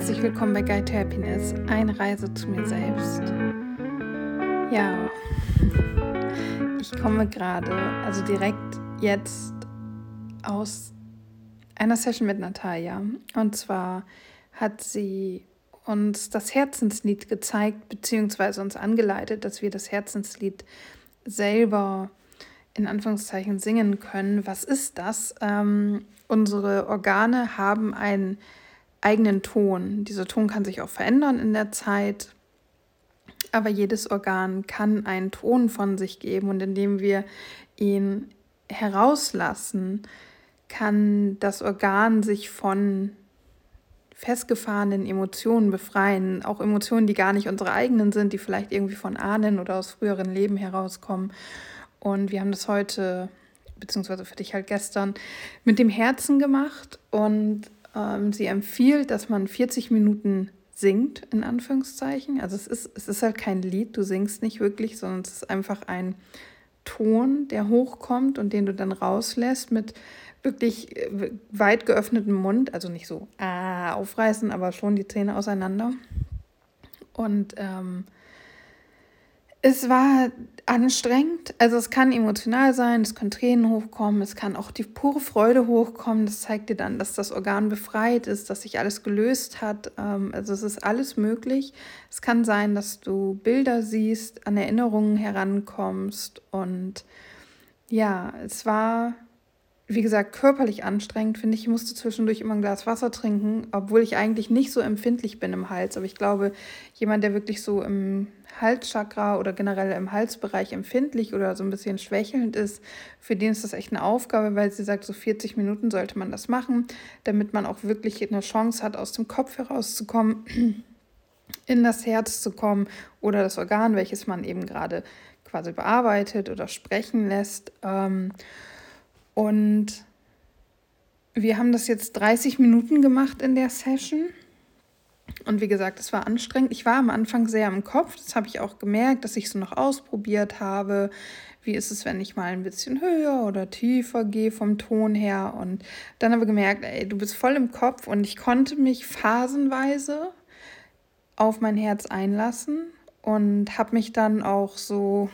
Herzlich willkommen bei Guide to Happiness, eine Reise zu mir selbst. Ja, ich komme gerade, also direkt jetzt aus einer Session mit Natalia. Und zwar hat sie uns das Herzenslied gezeigt, beziehungsweise uns angeleitet, dass wir das Herzenslied selber in Anführungszeichen singen können. Was ist das? Unsere Organe haben einen eigenen Ton. Dieser Ton kann sich auch verändern in der Zeit, aber jedes Organ kann einen Ton von sich geben und indem wir ihn herauslassen, kann das Organ sich von festgefahrenen Emotionen befreien, auch Emotionen, die gar nicht unsere eigenen sind, die vielleicht irgendwie von Ahnen oder aus früheren Leben herauskommen. Und wir haben das heute, beziehungsweise für dich halt gestern, mit dem Herzen gemacht und sie empfiehlt, dass man 40 Minuten singt, in Anführungszeichen. Also es ist halt kein Lied, du singst nicht wirklich, sondern es ist einfach ein Ton, der hochkommt und den du dann rauslässt mit wirklich weit geöffnetem Mund, also nicht so aufreißen, aber schon die Zähne auseinander. Und es war anstrengend, also es kann emotional sein, es können Tränen hochkommen, es kann auch die pure Freude hochkommen, das zeigt dir dann, dass das Organ befreit ist, dass sich alles gelöst hat, also es ist alles möglich. Es kann sein, dass du Bilder siehst, an Erinnerungen herankommst und ja, es war, wie gesagt, körperlich anstrengend, finde ich. Ich musste zwischendurch immer ein Glas Wasser trinken, obwohl ich eigentlich nicht so empfindlich bin im Hals. Aber ich glaube, jemand, der wirklich so im Halschakra oder generell im Halsbereich empfindlich oder so ein bisschen schwächelnd ist, für den ist das echt eine Aufgabe, weil sie sagt, so 40 Minuten sollte man das machen, damit man auch wirklich eine Chance hat, aus dem Kopf herauszukommen, in das Herz zu kommen oder das Organ, welches man eben gerade quasi bearbeitet oder sprechen lässt. Und wir haben das jetzt 30 Minuten gemacht in der Session. Und wie gesagt, es war anstrengend. Ich war am Anfang sehr im Kopf. Das habe ich auch gemerkt, dass ich so noch ausprobiert habe. Wie ist es, wenn ich mal ein bisschen höher oder tiefer gehe vom Ton her? Und dann habe ich gemerkt, ey, du bist voll im Kopf. Und ich konnte mich phasenweise auf mein Herz einlassen und habe mich dann auch so...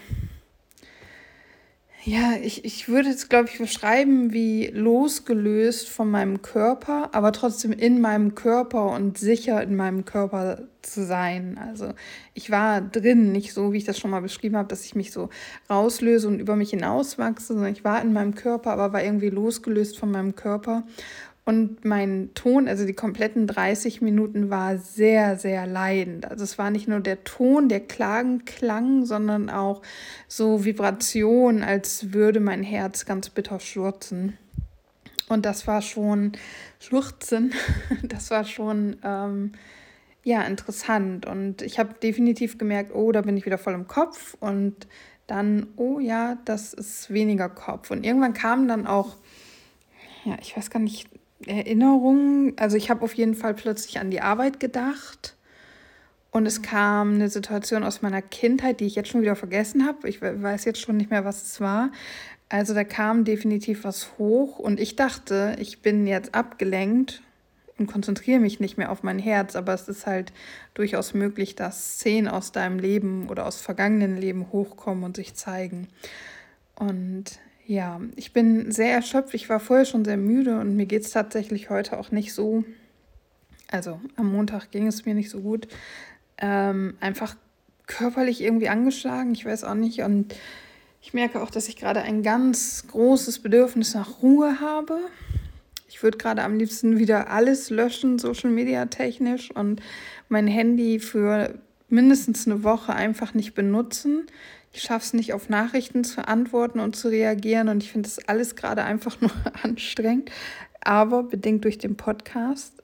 Ja, ich würde es, glaube ich, beschreiben wie losgelöst von meinem Körper, aber trotzdem in meinem Körper und sicher in meinem Körper zu sein. Also ich war drin, nicht so, wie ich das schon mal beschrieben habe, dass ich mich so rauslöse und über mich hinauswachse, sondern ich war in meinem Körper, aber war irgendwie losgelöst von meinem Körper. Und mein Ton, also die kompletten 30 Minuten, war sehr, sehr leidend. Also es war nicht nur der Ton, der klagend klang, sondern auch so Vibration, als würde mein Herz ganz bitter schurzen. Und das war schon, schluchzen, das war schon, interessant. Und ich habe definitiv gemerkt, oh, da bin ich wieder voll im Kopf. Und dann, oh ja, das ist weniger Kopf. Und irgendwann kam dann auch, ja, ich weiß gar nicht, Erinnerungen. Also ich habe auf jeden Fall plötzlich an die Arbeit gedacht und es kam eine Situation aus meiner Kindheit, die ich jetzt schon wieder vergessen habe. Ich weiß jetzt schon nicht mehr, was es war. Also da kam definitiv was hoch und ich dachte, ich bin jetzt abgelenkt und konzentriere mich nicht mehr auf mein Herz, aber es ist halt durchaus möglich, dass Szenen aus deinem Leben oder aus vergangenen Leben hochkommen und sich zeigen. Und ja, ich bin sehr erschöpft. Ich war vorher schon sehr müde und mir geht es tatsächlich heute auch nicht so. Also am Montag ging es mir nicht so gut. Einfach körperlich irgendwie angeschlagen, ich weiß auch nicht. Und ich merke auch, dass ich gerade ein ganz großes Bedürfnis nach Ruhe habe. Ich würde gerade am liebsten wieder alles löschen, Social Media technisch, und mein Handy für mindestens eine Woche einfach nicht benutzen. Ich schaffe es nicht, auf Nachrichten zu antworten und zu reagieren und ich finde das alles gerade einfach nur anstrengend, aber bedingt durch den Podcast,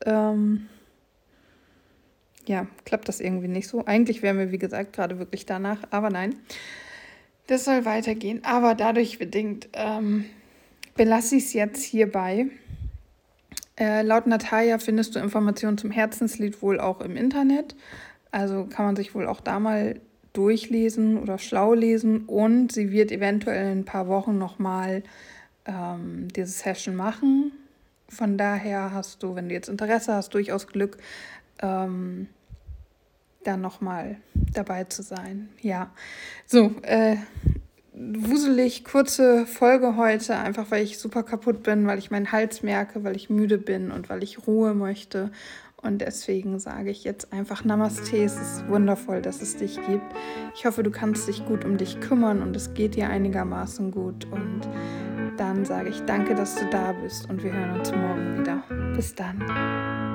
klappt das irgendwie nicht so. Eigentlich wären wir, wie gesagt, gerade wirklich danach, aber nein, das soll weitergehen. Aber dadurch bedingt belasse ich es jetzt hierbei. Laut Natalia findest du Informationen zum Herzenslied wohl auch im Internet. Also kann man sich wohl auch da mal durchlesen oder schlau lesen. Und sie wird eventuell in ein paar Wochen nochmal diese Session machen. Von daher hast du, wenn du jetzt Interesse hast, durchaus Glück, dann nochmal dabei zu sein. Ja, so, wuselig, kurze Folge heute, einfach weil ich super kaputt bin, weil ich meinen Hals merke, weil ich müde bin und weil ich Ruhe möchte. Und deswegen sage ich jetzt einfach Namaste. Es ist wundervoll, dass es dich gibt. Ich hoffe, du kannst dich gut um dich kümmern und es geht dir einigermaßen gut. Und dann sage ich danke, dass du da bist und wir hören uns morgen wieder. Bis dann.